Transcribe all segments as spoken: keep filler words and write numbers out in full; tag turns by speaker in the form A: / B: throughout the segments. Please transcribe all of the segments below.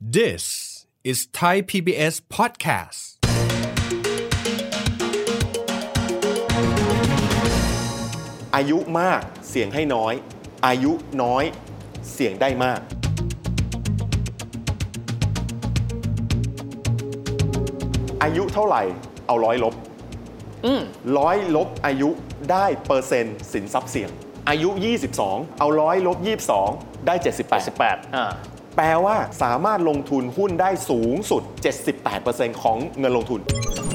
A: This is Thai พี บี เอส podcast
B: อายุมากเสี่ยงให้น้อยอายุน้อยเสี่ยงได้มากอายุเท่าไหร่เอาร้อยลบร้อยลบอายุได้เปอร์เซ็นต์สินทรัพย์เสี่ยงอายุยี่สิบสองเอาร้อยลบยี่สิบสองได้เจ็ดสิบแปด
C: สิบแปดอ่า
B: แปลว่าสามารถลงทุนหุ้นได้สูงสุด เจ็ดสิบแปดเปอร์เซ็นต์ ของเงินลงทุน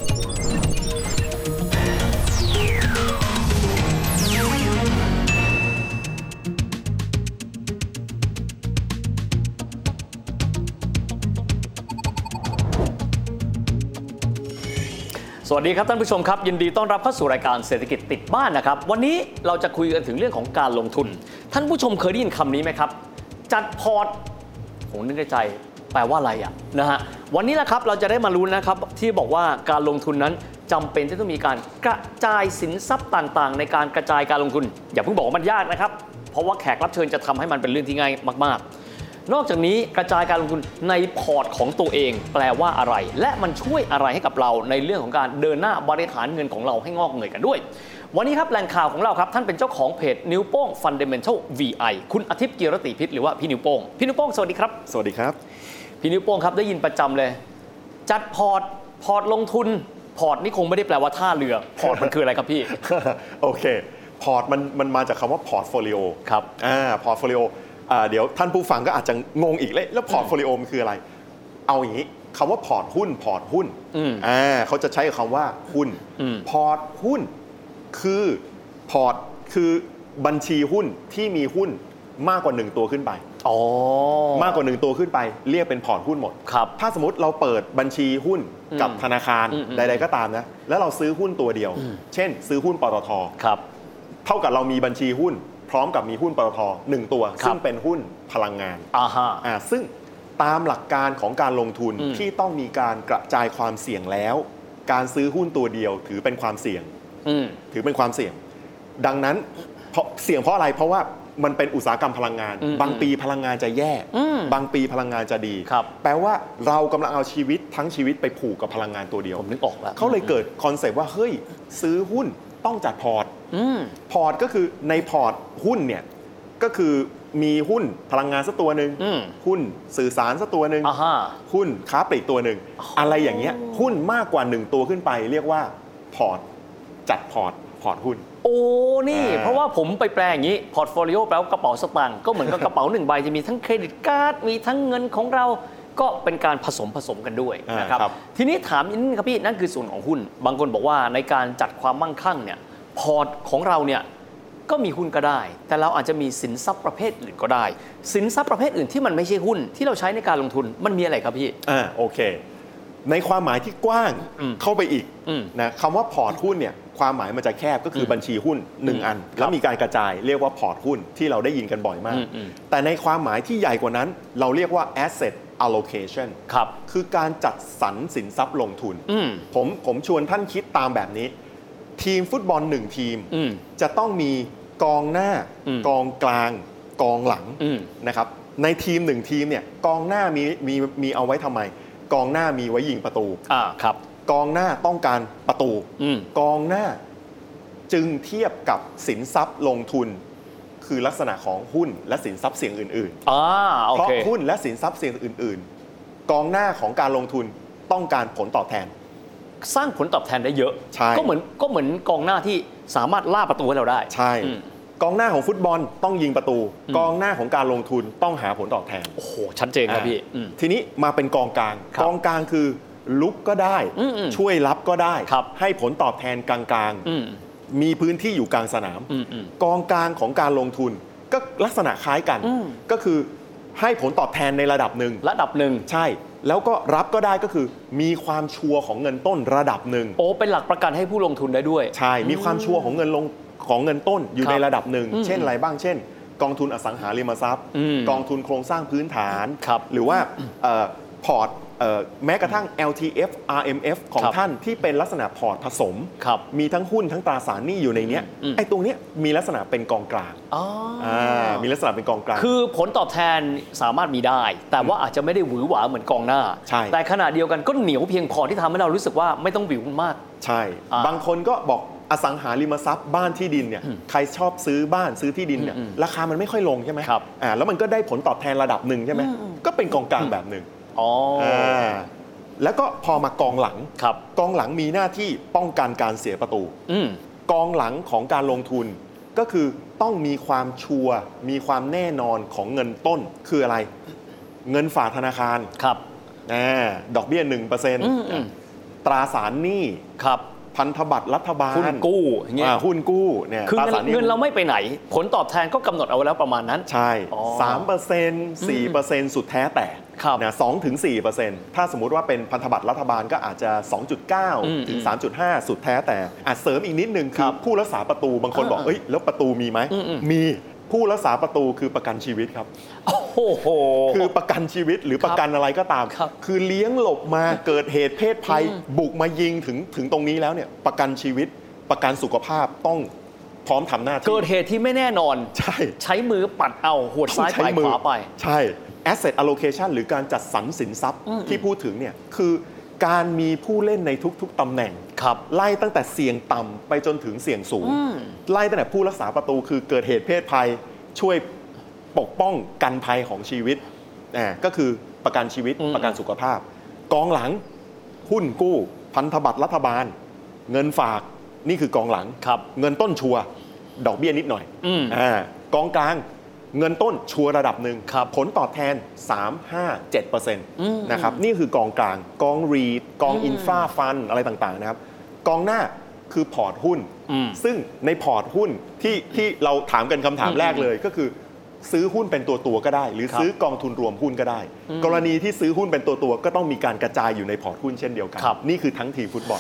C: สวัสดีครับท่านผู้ชมครับยินดีต้อนรับเข้าสู่รายการเศรษฐกิจติดบ้านนะครับวันนี้เราจะคุยกันถึงเรื่องของการลงทุนท่านผู้ชมเคยได้ยินคำนี้ไหมครับจัดพอร์ตผมนึกในใจแปลว่าอะไรอ่ะนะฮะวันนี้แหละครับเราจะได้มารู้นะครับที่บอกว่าการลงทุนนั้นจำเป็นที่ต้องมีการกระจายสินทรัพย์ต่างๆในการกระจายการลงทุนอย่าเพิ่งบอกว่ามันยากนะครับเพราะว่าแขกรับเชิญจะทำให้มันเป็นเรื่องที่ง่ายมากๆนอกจากนี้กระจายการลงทุนในพอร์ตของตัวเองแปลว่าอะไรและมันช่วยอะไรให้กับเราในเรื่องของการเดินหน้าบริหารเงินของเราให้งอกเงยกันด้วยวันนี้ครับแหล่งข่าวของเราครับท่านเป็นเจ้าของเพจนิ้วโป้ง Fundamental วี ไอ คุณอาทิตย์กีรติพิษหรือว่าพี่นิ้วโป้งพี่นิ้วโป้งสวัสดีครับ
B: สวัสดีครับ
C: พี่นิ้วโป้งครับได้ยินประจำเลยจัดพอร์ตพอร์ตลงทุนพอร์ตนี่คงไม่ได้แปลว่าท่าเรือพอร์ตมันคืออะไรครับพี่
B: โอเคพอร์ตมันมันมาจากคำว่าพอร์ตโฟลิโอ
C: ครับ
B: อ่าพอร์ตโฟลิโออ่าเดี๋ยวท่านผู้ฟังก็อาจจะงงอีกเลยแล้วพอร์ตโฟลิโอมันคืออะไรเอาอย่างนี้คำว่าพอร์ตหุ้นพอร์ตหุ้นอ่าเขาจะใช้คำว่าหุ้นพอร์ตหุ้นคือพอร์ตคือบัญชีหุ้นที่มีหุ้นมากกว่าหนึ่งตัวขึ้นไป
C: อ๋อ
B: มากกว่าหนึ่งตัวขึ้นไปเรียกเป็นพอร์ตหุ้นหมด
C: ครับ
B: ถ้าสมมติเราเปิดบัญชีหุ้นกับธนาคารใดๆก็ตามนะแล้วเราซื้อหุ้นตัวเดียวเช่นซื้อหุ้นปตท.
C: ครับ
B: เท่ากับเรามีบัญชีหุ้นพร้อมกับมีหุ้นปตท.หนึ่งตัวซึ่งเป็นหุ้นพลังงาน
C: อ่าฮะ
B: อ่าซึ่งตามหลักการของการลงทุนที่ต้องมีการกระจายความเสี่ยงแล้วการซื้อหุ้นตัวเดียวถือเป็นความเสี่ยงถือเป็นความเสี่ยงดังนั้นเพราะเสี่ยงเพราะอะไรเพราะว่ามันเป็นอุตสาหกรรมพลังงานบางปีพลังงานจะแย่บางปีพลังงานจะดีแปลว่าเรากำลังเอาชีวิตทั้งชีวิตไปผูกกับพลังงานตัวเดียว
C: ผมนึกออกแล้ว
B: เขาเลยเกิดคอนเซปต์ว่าเฮ้ยซื้อหุ้นต้องจัดพอร์ตพอร์ตก็คือในพอร์ตหุ้นเนี่ยก็คือมีหุ้นพลังงานสักตัวหนึ่งหุ้นสื่อสารสักตัวหนึ่งหุ้นค้าปลีกตัวหนึ่งอะไรอย่างเงี้ยหุ้นมากกว่าหนึ่งตัวขึ้นไปเรียกว่าพอร์ตจัดพอร์ตพอร์ตหุ้น
C: โอ้นี่เพราะว่าผมไปแปลอย่างนี้พอร์ตโฟลิโอแปลว่ากระเป๋าสตางค์ก็เหมือนกับกระเป๋าหนึ่งใบจะมีทั้งเครดิตการ์ดมีทั้งเงินของเราก็เป็นการผสมผสมกันด้วยนะครับทีนี้ถามนิดนึงครับพี่นั่นคือส่วนของหุ้นบางคนบอกว่าในการจัดความมั่งคั่งเนี่ยพอร์ตของเราเนี่ยก็มีหุ้นก็ได้แต่เราอาจจะมีสินทรัพย์ประเภทอื่นก็ได้สินทรัพย์ประเภทอื่นที่มันไม่ใช่หุ้นที่เราใช้ในการลงทุนมันมีอะไรครับพี่
B: อ่าโอเคในความหมายที่กว้างเข้าไปอีกนะคำว่าพอร์ตหุ้นเนี่ยความหมายมันจะแคบก็คือบัญชีหุ้นหนึ่งอันแล้วมีการกระจายเรียกว่าพอร์ตหุ้นที่เราได้ยินกันบ่อยมากแต่ในความหมายที่ใหญ่กว่านั้นเราเรียกว่า asset allocation
C: ครับ
B: คือการจัดสรรสินทรัพย์ลงทุนผมผมชวนท่านคิดตามแบบนี้ทีมฟุตบอลหนึ่งทีมจะต้องมีกองหน้ากองกลางกองหลังนะครับในทีมหนึ่งทีมเนี่ยกองหน้ามีมีมีเอาไว้ทำไมกองหน้ามีไว้ยิงประตู
C: อ่าครับ
B: กองหน้าต้องการประตูกองหน้าจึงเทียบกับสินทรัพย์ลงทุนคือลักษณะของหุ้นและสินทรัพย์เสี่ยงอื่นๆ
C: อ่าโอเค
B: เพราะหุ้นและสินทรัพย์เสี่ยงอื่นๆกองหน้าของการลงทุนต้องการผลตอบแทน
C: สร้างผลตอบแทนได้เยอะก็เหมือนก็เหมือนกองหน้าที่สามารถล่าประตูให้เราได้
B: ใช่กองหน้าของฟุตบอลต้องยิงประตูกองหน้าของการลงทุนต้องหาผลตอบแทน
C: โอ้โหชัดเจนครับพี่
B: ทีนี้มาเป็นกองกลางกองกลางคือลุกก็ได้ช่วยรับก็ได้ให้ผลตอบแทนกลางๆมีพื้นที่อยู่กลางสนามกองกลางของการลงทุนก็ลักษณะคล้ายกันก็คือให้ผลตอบแทนในระดับหนึ่ง
C: ระดับหนึ่ง
B: ใช่แล้วก็รับก็ได้ก็คือมีความชัวร์ของเงินต้นระดับหนึ่ง
C: โอ้เป็นหลักประกันให้ผู้ลงทุนได้ด้วย
B: ใช่มีความชัวร์ของเงินลงของเงินต้นอยู่ในระดับหนึ่งเช่นอะไรบ้างเช่นกองทุนอสังหาริมทรัพย์กองทุนโครงสร้างพื้นฐานหรือว่าพอร์ตแม้กระทั่ง แอล ที เอฟ อาร์ เอ็ม เอฟ ของท่านที่เป็นลักษณะพอร์ตผสมมีทั้งหุ้นทั้งตราสารหนี้อยู่ในเนี้ยไอ้ตรงเนี้ยมีลักษณะเป็นกองกลางมีลักษณะเป็นกองกลาง
C: คือผลตอบแทนสามารถมีได้แต่ว่าอาจจะไม่ได้หวือหวาเหมือนกองหน้าแต่ขณะเดียวกันก็เหนียวเพียงพอที่ทำให้เรารู้สึกว่าไม่ต้องหวิวมาก
B: ใช่บางคนก็บอกอสังหาริมทรัพย์บ้านที่ดินเนี่ยใครชอบซื้อบ้านซื้อที่ดินเนี่ยราคามันไม่ค่อยลงใช่ไหมครับอ่าแล้วมันก็ได้ผลตอบแทนระดับหนึ่งใช่ไหมก็เป็นกองกลางแบบหนึ่งอ๋อแล้วก็พอมากองหลังกองหลังมีหน้าที่ป้องกันการเสียประตูกองหลังของการลงทุนก็คือต้องมีความชัวร์มีความแน่นอนของเงินต้นคืออะไรเงินฝากธนาคาร
C: ครับ
B: ดอกเบี้ย หนึ่งเปอร์เซ็นต์ ตราสารหนี้
C: ครับ
B: พันธบัตรรัฐบาล
C: หุ้นกู้อย่างเงี้ย
B: หุ้นกู้เนี่ย
C: คือเงินเราไม่ไปไหนผลตอบแทนก็กำหนดเอาไว้แล้วประมาณนั้น
B: ใช่ สามเปอร์เซ็นต์ สี่เปอร์เซ็นต์ สุดแท้แต่นะสองถึงสี่เปอร์เซ็นต์ ถ้าสมมุติว่าเป็นพันธบัตรรัฐบาลก็อาจจะ สองจุดเก้า ถึง สามจุดห้า สุดแท้แต่อาจเสริมอีกนิดนึงคือผู้รักษาประตูบางคนบอกเอ้ยแล้วประตูมีไหมมีผู้รักษาประตูคือประกันชีวิตครับ
C: โอ้โห
B: คือประกันชีวิตหรือประกันอะไรก็ตามคือเลี้ยงหลบมาเกิดเหตุเพศภัยบุกมายิงถึงถึงตรงนี้แล้วเนี่ยประกันชีวิตประกันสุขภาพต้องพร้อมทำหน้าที่
C: เกิดเหตุที่ไม่แน่นอน
B: ใช่
C: ใช้มือปัดเอาหัวซ้ายไปขวาไป
B: ใช่ asset allocation หรือการจัดสรรสินทรัพย์ที่พูดถึงเนี่ยคือการมีผู้เล่นในทุกๆตำแหน่งไล่ตั้งแต่เสี่ยงต่ำไปจนถึงเสี่ยงสูงไล่ตั้งแต่ผู้รักษาประตูคือเกิดเหตุเพศภัยช่วยปกป้องกันภัยของชีวิตอ่าก็คือประกันชีวิตประกันสุขภาพกองหลังหุ้นกู้พันธบัตรรัฐบาลเงินฝากนี่คือกองหลังเงินต้นชัวร์ดอกเบี้ยนิดหน่อยอ่ากองกลางเงินต้นชัวร์ระดับหนึ่งผลตอบแทน สาม ห้า เจ็ดเปอร์เซ็นต์ นะครับนี่คือกองกลางกองรีดกองอินฟราฟันอะไรต่างๆนะครับกองหน้าคือพอร์ตหุ้นซึ่งในพอร์ตหุ้นที่ที่เราถามกันคำถามแรกเลยก็คือซื้อหุ้นเป็นตัวตัวก็ได้หรือซื้อกองทุนรวมหุ้นก็ได้กรณีที่ซื้อหุ้นเป็นตัวตัวก็ต้องมีการกระจายอยู่ในพอร์ตหุ้นเช่นเดียวกันนี่คือทั้งทีมฟุตบอล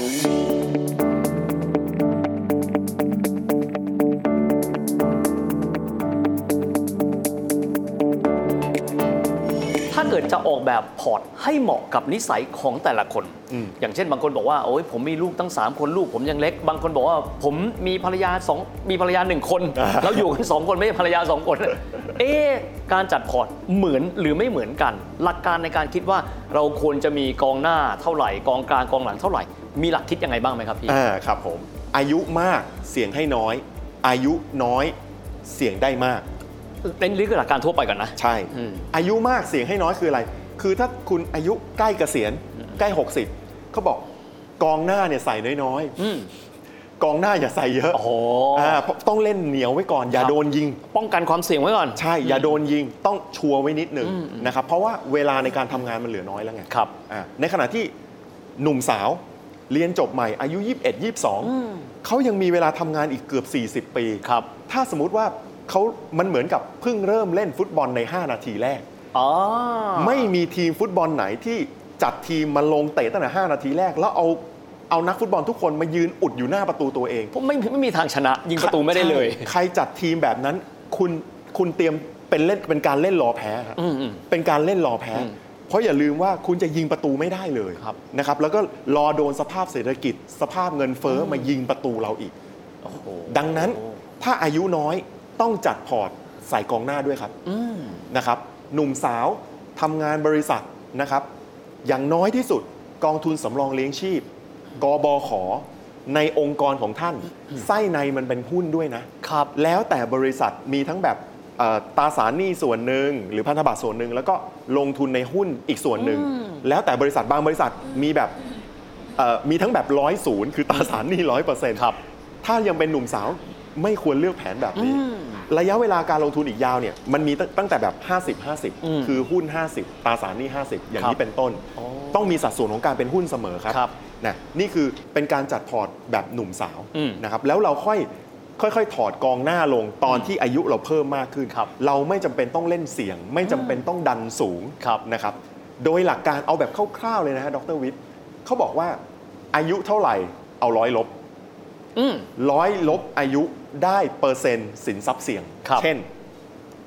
C: ถ้าเกิดจะออกแบบพอร์ตให้เหมาะกับนิสัยของแต่ละคน อ, อย่างเช่นบางคนบอกว่าโอ้ยผมมีลูกตั้งสามคนลูกผมยังเล็กบางคนบอกว่าผมมีภรรยาสองมีภรรยาหนึ่งคนแล้วอยู่กันสองคนไม่ใช่ภรรยาสองคนเอ๊ะการจัดพอร์ตเหมือนหรือไม่เหมือนกันหลักการในการคิดว่าเราควรจะมีกองหน้าเท่าไหร่กองกลางกองหลังเท่าไหร่มีหลักคิดยังไงบ้างไหมครับพี่
B: อ่าครับผมอายุมากเสี่ยงให้น้อยอายุน้อยเสี่ยงได้มาก
C: เป็นเรื่องหลักการทั่วไปก่อนนะ
B: ใช่อายุมากเสี่ยงให้น้อยคืออะไรคือถ้าคุณอายุใกล้เกษียณใกล้หกสิบเขาบอกกองหน้าเนี่ยใส่น้อยๆกองหน้าอย่าใส่เยอะอ่าต้องเล่นเหนียวไว้ก่อนอย่าโดนยิง
C: ป้องกันความเสี่ยงไว้ก่อน
B: ใช่อย่าโดนยิงต้องชัวร์ไว้นิดหนึ่งนะครับเพราะว่าเวลาในการทำงานมันเหลือน้อยแล้วไง
C: ครับ
B: อ่าในขณะที่หนุ่มสาวเรียนจบใหม่อายุยี่สิบเอ็ด ยี่สิบสองเขายังมีเวลาทำงานอีกเกือบสี่สิบปี
C: ครับ
B: ถ้าสมมุติว่าเขามันเหมือนกับเพิ่งเริ่มเล่นฟุตบอลในห้านาทีแรกไม่มีทีมฟุตบอลไหนที่จัดทีมมาลงเตะตั้งแต่ห้านาทีแรกแล้วเอาเอานักฟุตบอลทุกคนมายืนอุดอยู่หน้าประตูตัวเอง
C: เพราะไม่ไม่มีทางชนะยิงประตูไม่ได้เลย
B: ใครจัดทีมแบบนั้นคุณคุณเตรียมเป็นเล่นเป็นการเล่นรอแพ้ครับเป็นการเล่นรอแพ้เพราะอย่าลืมว่าคุณจะยิงประตูไม่ได้เลยนะครับแล้วก็รอโดนสภาพเศรษฐกิจสภาพเงินเฟ้อมายิงประตูเราอีกดังนั้นถ้าอายุน้อยต้องจัดพอร์ตใส่กองหน้าด้วยครับนะครับหนุ่มสาวทำงานบริษัทนะครับอย่างน้อยที่สุดกองทุนสำรองเลี้ยงชีพกบข.ในองค์กรของท่านไส้ในมันเป็นหุ้นด้วยนะครับแล้วแต่บริษัทมีทั้งแบบตราสารหนี้ส่วนหนึ่งหรือพันธบัตรส่วนหนึ่งแล้วก็ลงทุนในหุ้นอีกส่วนหนึ่งแล้วแต่บริษัทบางบริษัทมีแบบมีทั้งแบบร้อยศูนย์คือตราสารหนี้ร้อยเปอร์เซ็นต์ถ้ายังเป็นหนุ่มสาวไม่ควรเลือกแผนแบบนี้ระยะเวลาการลงทุนอีกยาวเนี่ยมันมีตั้งแต่แบบห้าสิบ ห้าสิบคือหุ้นห้าสิบตราสารหนี้ห้าสิบอย่างนี้เป็นต้นต้องมีสัดส่วนของการเป็นหุ้นเสมอครับนะนี่คือเป็นการจัดพอร์ตแบบหนุ่มสาวนะครับแล้วเราค่อยค่อยๆถอดกองหน้าลงตอนที่อายุเราเพิ่มมากขึ้นเราไม่จำเป็นต้องเล่นเสี่ยงไม่จำเป็นต้องดันสูงนะครับโดยหลักการเอาแบบคร่าวๆเลยนะฮะดร.วิทย์เขาบอกว่าอายุเท่าไหร่เอาร้อยลบร้อยลบอายุได้เปอร์เซ็นต์สินทรัพย์เสี่ยงเช่น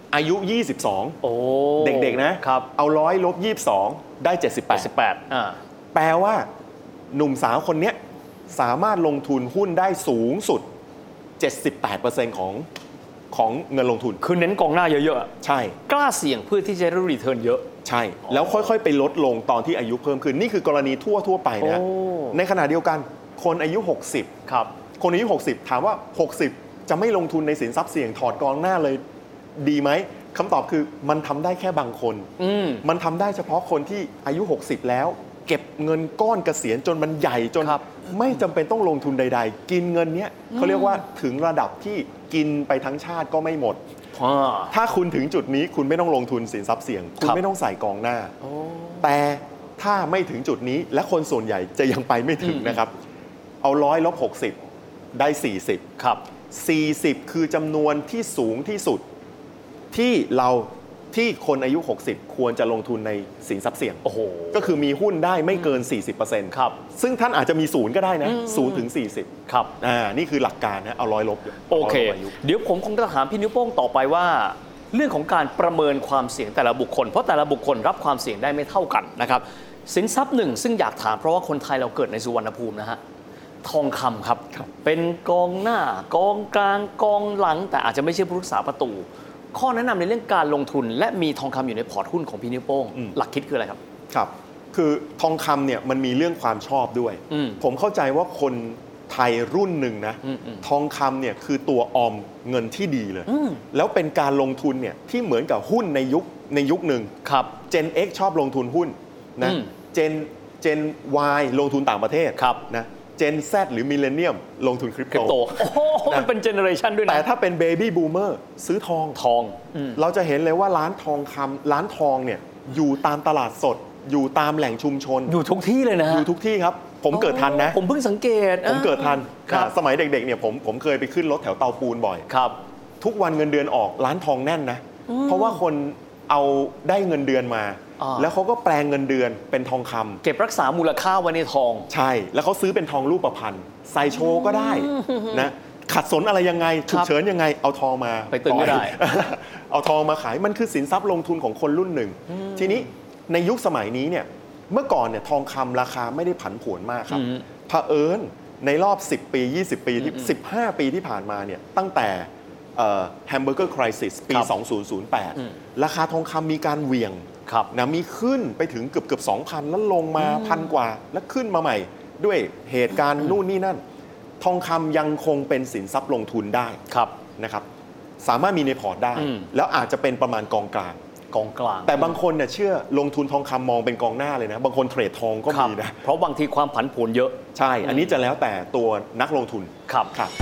B: อายุยี่สิบสอง
C: โอ้
B: เด็กๆนะครับเอาร้อยลบยี่สิบสองได้เจ็ดสิบแปด
C: สิบแปดอ่า
B: แปลว่าหนุ่มสาวคนนี้สามารถลงทุนหุ้นได้สูงสุด เจ็ดสิบแปดเปอร์เซ็นต์ ของของเงินลงทุน
C: คือเน้นกองหน้าเยอะ
B: ๆใช่
C: กล้าเสี่ยงเพื่อที่จะได้รีเทิร์นเยอะ
B: ใช่แล้วค่อยๆไปลดลงตอนที่อายุเพิ่มขึ้นนี่คือกรณีทั่วทั่วไปนะในขณะเดียวกันคนอายุหกสิบ
C: ครับ
B: คนอายุหกสิบถามว่าหกสิบจะไม่ลงทุนในสินทรัพย์เสี่ยงถอดกองหน้าเลยดีไหมคำตอบคือมันทำได้แค่บางคนมันทำได้เฉพาะคนที่อายุหกสิบแล้วเก็บเงินก้อนเกษียณจนมันใหญ่จนไม่จำเป็นต้องลงทุนใดๆกินเงินเนี้ยเขาเรียกว่าถึงระดับที่กินไปทั้งชาติก็ไม่หมดถ้าคุณถึงจุดนี้คุณไม่ต้องลงทุนสินทรัพย์เสี่ยงคุณไม่ต้องใส่กองหน้าแต่ถ้าไม่ถึงจุดนี้และคนส่วนใหญ่จะยังไปไม่ถึงนะครับเอาร้อยลบหกสิบได้สี่สิบ
C: ครับ
B: สี่สิบคือจำนวนที่สูงที่สุดที่เราที่คนอายุหกสิบควรจะลงทุนในสินทรัพย์เสี่ยง
C: โอ้โห
B: ก็คือมีหุ้นได้ไม่เกิน สี่สิบเปอร์เซ็นต์
C: ครับ
B: ซึ่งท่านอาจจะมีศูนย์ก็ได้นะศูนย์ถึงสี่สิบ
C: ครับ
B: อ่านี่คือหลักการนะเอาร้อยลบ
C: โอเคเดี๋ยวผมคงจะถามพี่นิ้วโป้งต่อไปว่าเรื่องของการประเมินความเสี่ยงแต่ละบุคคลเพราะแต่ละบุคคลรับความเสี่ยงได้ไม่เท่ากันนะครับสินทรัพย์หนึ่งซึ่งอยากถามเพราะว่าคนไทยเราเกิดในสุวรรณภูมินะฮะทองคำครับเป็นกองหน้ากองกลางกองหลังแต่อาจจะไม่ใช่ผู้รักษาประตูข้อแนะนำในเรื่องการลงทุนและมีทองคำอยู่ในพอร์ตหุ้นของพี่นิ้วโป้งหลักคิดคืออะไรครับ
B: ครับคือทองคำเนี่ยมันมีเรื่องความชอบด้วยผมเข้าใจว่าคนไทยรุ่นหนึ่งนะทองคำเนี่ยคือตัวออมเงินที่ดีเลยแล้วเป็นการลงทุนเนี่ยที่เหมือนกับหุ้นในยุคในยุคหนึ่ง
C: ครับ
B: Gen X ชอบลงทุนหุ้นนะ Gen Gen Y ลงทุนต่างประเทศนะGen Z หรือ Millennium ลงทุนคริปโต
C: โอ้โหมันเป็นเจเนอเรชันด้วยนะ
B: แต่ถ้าเป็น Baby Boomer ซื้อทอง
C: ทอง
B: เราจะเห็นเลยว่าร้านทองคำร้านทองเนี่ยอยู่ตามตลาดสดอยู่ตามแหล่งชุมชน
C: อยู่ทุกที่เลยนะ
B: อยู่ทุกที่ครับผมเกิดทันนะ
C: ผมเพิ่งสังเกต
B: ผมเกิดทันสมัยเด็กๆเนี่ยผมผมเคยไปขึ้นรถแถวเตาปูนบ่อย
C: ครับ
B: ทุกวันเงินเดือนออกร้านทองแน่นนะเพราะว่าคนเอาได้เงินเดือนมาแล้วเขาก็แปลงเงินเดือนเป็นทองคำ
C: เก็บรักษามูลค่าไว้ในทอง
B: ใช่แล้วเขาซื้อเป็นทองรูปพรรณใส่โชว์ก็ได้นะขัดสนอะไรยังไงฉุกเฉินยังไงเอาทองมา
C: ไปตึงก็ได้
B: เอาทองมาขายมันคือสินทรัพย์ลงทุนของคนรุ่นหนึ่งทีนี้ในยุคสมัยนี้เนี่ยเมื่อก่อนเนี่ยทองคำราคาไม่ได้ผันผวนมากครับเผอิญในรอบสิบปียี่สิบปีที่สิบห้าปีที่ผ่านมาเนี่ยตั้งแต่แฮมเบอร์เกอร์คริสิสปีสองพันแปดราคาทองคำมีการเหวี่ยงนะมีขึ้นไปถึงเกือบเกือบสองพันแล้วลงมาพันกว่าแล้วขึ้นมาใหม่ด้วยเหตุการณ์นู่นนี่นั่นทองคำยังคงเป็นสินทรัพย์ลงทุนได้นะครับสามารถมีในพอร์ตได้แล้วอาจจะเป็นประมาณกองกลาง
C: กองกลาง
B: แต่บางคนเนี่ยเชื่อลงทุนทองคำมองเป็นกองหน้าเลยนะบางคนเทรดทองก็มีนะ
C: เพราะบางทีความผันผวนเยอะ
B: ใช่อันนี้จะแล้วแต่ตัวนักลงทุน
C: ครับ
B: ครับ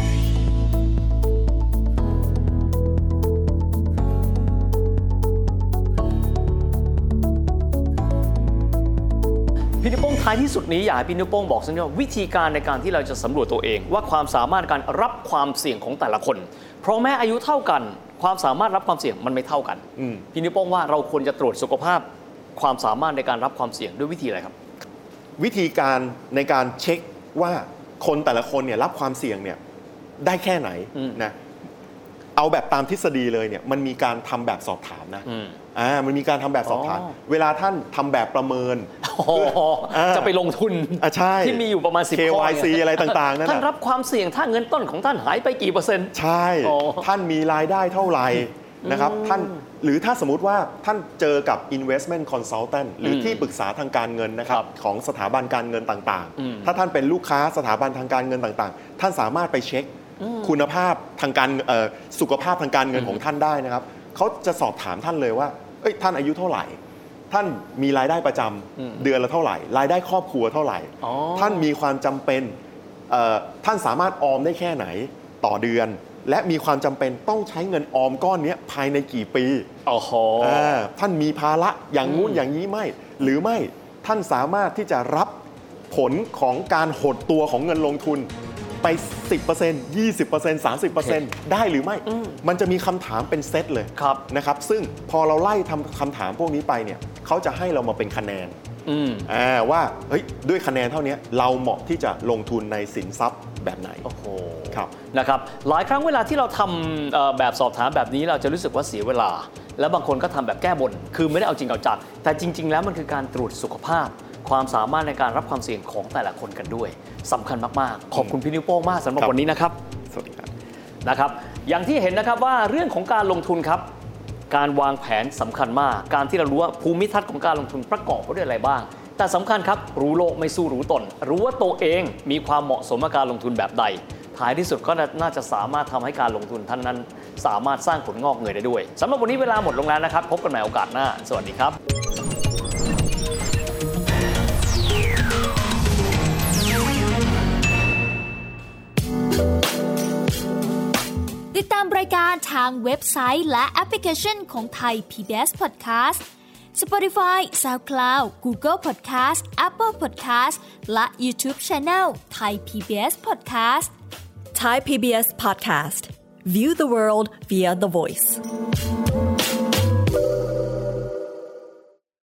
C: พี่นิ้วโป้งท้ายที่สุดนี้อยากให้พี่นิ้วโป้งบอกสักนิดว่าวิธีการในการที่เราจะสำรวจตัวเองว่าความสามารถการรับความเสี่ยงของแต่ละคนเพราะแม้อายุเท่ากันความสามารถรับความเสี่ยงมันไม่เท่ากันพี่นิ้วโป้งว่าเราควรจะตรวจสุขภาพความสามารถในการรับความเสี่ยงด้วยวิธีอะไรครับ
B: วิธีการในการเช็คว่าคนแต่ละคนเนี่ยรับความเสี่ยงเนี่ยได้แค่ไหนนะเอาแบบตามทฤษฎีเลยเนี่ยมันมีการทำแบบสอบถามนะอ่ามันมีการทำแบบสอบถามเวลาท่านทำแบบประเมิน
C: จะไปลงทุนที่มีอยู่ประมาณสิบ
B: เค วาย ซี อะไรต่างๆนั่น
C: ท่านรับความเสี่ยงถ้าเงินต้นของท่านหายไปกี่เปอร์เซ็นต์
B: ใช่ท่านมีรายได้เท่าไหร่นะครับท่านหรือถ้าสมมุติว่าท่านเจอกับ investment consultant หรือที่ปรึกษาทางการเงินนะครับของสถาบันการเงินต่างๆถ้าท่านเป็นลูกค้าสถาบันทางการเงินต่างๆท่านสามารถไปเช็คคุณภาพทางการสุขภาพทางการเงินของท่านได้นะครับเขาจะสอบถามท่านเลยว่าเอ้ยท่านอายุเท่าไหร่ท่านมีรายได้ประจำเดือนละเท่าไหร่รายได้ครอบครัวเท่าไหร่ท่านมีความจำเป็นท่านสามารถออมได้แค่ไหนต่อเดือนและมีความจำเป็นต้องใช้เงินออมก้อนนี้ภายในกี่ปี
C: โอ้โห
B: ท่านมีภาระอย่างงู้นอย่างนี้ไม่หรือไม่ท่านสามารถที่จะรับผลของการหดตัวของเงินลงทุนไป สิบเปอร์เซ็นต์ ยี่สิบเปอร์เซ็นต์ สามสิบเปอร์เซ็นต์ ได้หรือไม่มันจะมีคำถามเป็นเซตเลยนะครับซึ่งพอเราไล่ทำคำถามพวกนี้ไปเนี่ยเขาจะให้เรามาเป็นคะแนนอ่าว่าเฮ้ยด้วยคะแนนเท่านี้เราเหมาะที่จะลงทุนในสินทรัพย์แบบไหน
C: โอ้โห
B: ครับ
C: นะครับหลายครั้งเวลาที่เราทำแบบสอบถามแบบนี้เราจะรู้สึกว่าเสียเวลาแล้วบางคนก็ทำแบบแก้บนคือไม่ได้เอาจริงเอาจังแต่จริงๆแล้วมันคือการตรวจสุขภาพความสามารถในการรับความเสี่ยงของแต่ละคนกันด้วยสำคัญมากๆขอบคุณพี่นิ้วโป้งมากสำหรับวันนี้นะครับ
B: สวัสดีครับ
C: นะครับอย่างที่เห็นนะครับว่าเรื่องของการลงทุนครับการวางแผนสำคัญมากการที่เรารู้ว่าภูมิทัศน์ของการลงทุนประกอบไปด้วยอะไรบ้างแต่สำคัญครับรู้โลกไม่สู้รู้ตนรู้ว่าตัวเองมีความเหมาะสมกับการลงทุนแบบใดท้ายที่สุดก็น่าจะสามารถทำให้การลงทุนท่านนั้นสามารถสร้างผลงอกเงยได้ด้วยสำหรับวันนี้เวลาหมดลงแล้วนะครับพบกันใหม่โอกาสหน้าสวัสดีครับ
D: ติดตามรายการทางเว็บไซต์และแอปพลิเคชันของไทย พี บี เอส Podcast Spotify, SoundCloud, Google Podcast, Apple Podcast และ YouTube Channel Thai พี บี เอส Podcast
E: Thai พี บี เอส Podcast View the world via the voice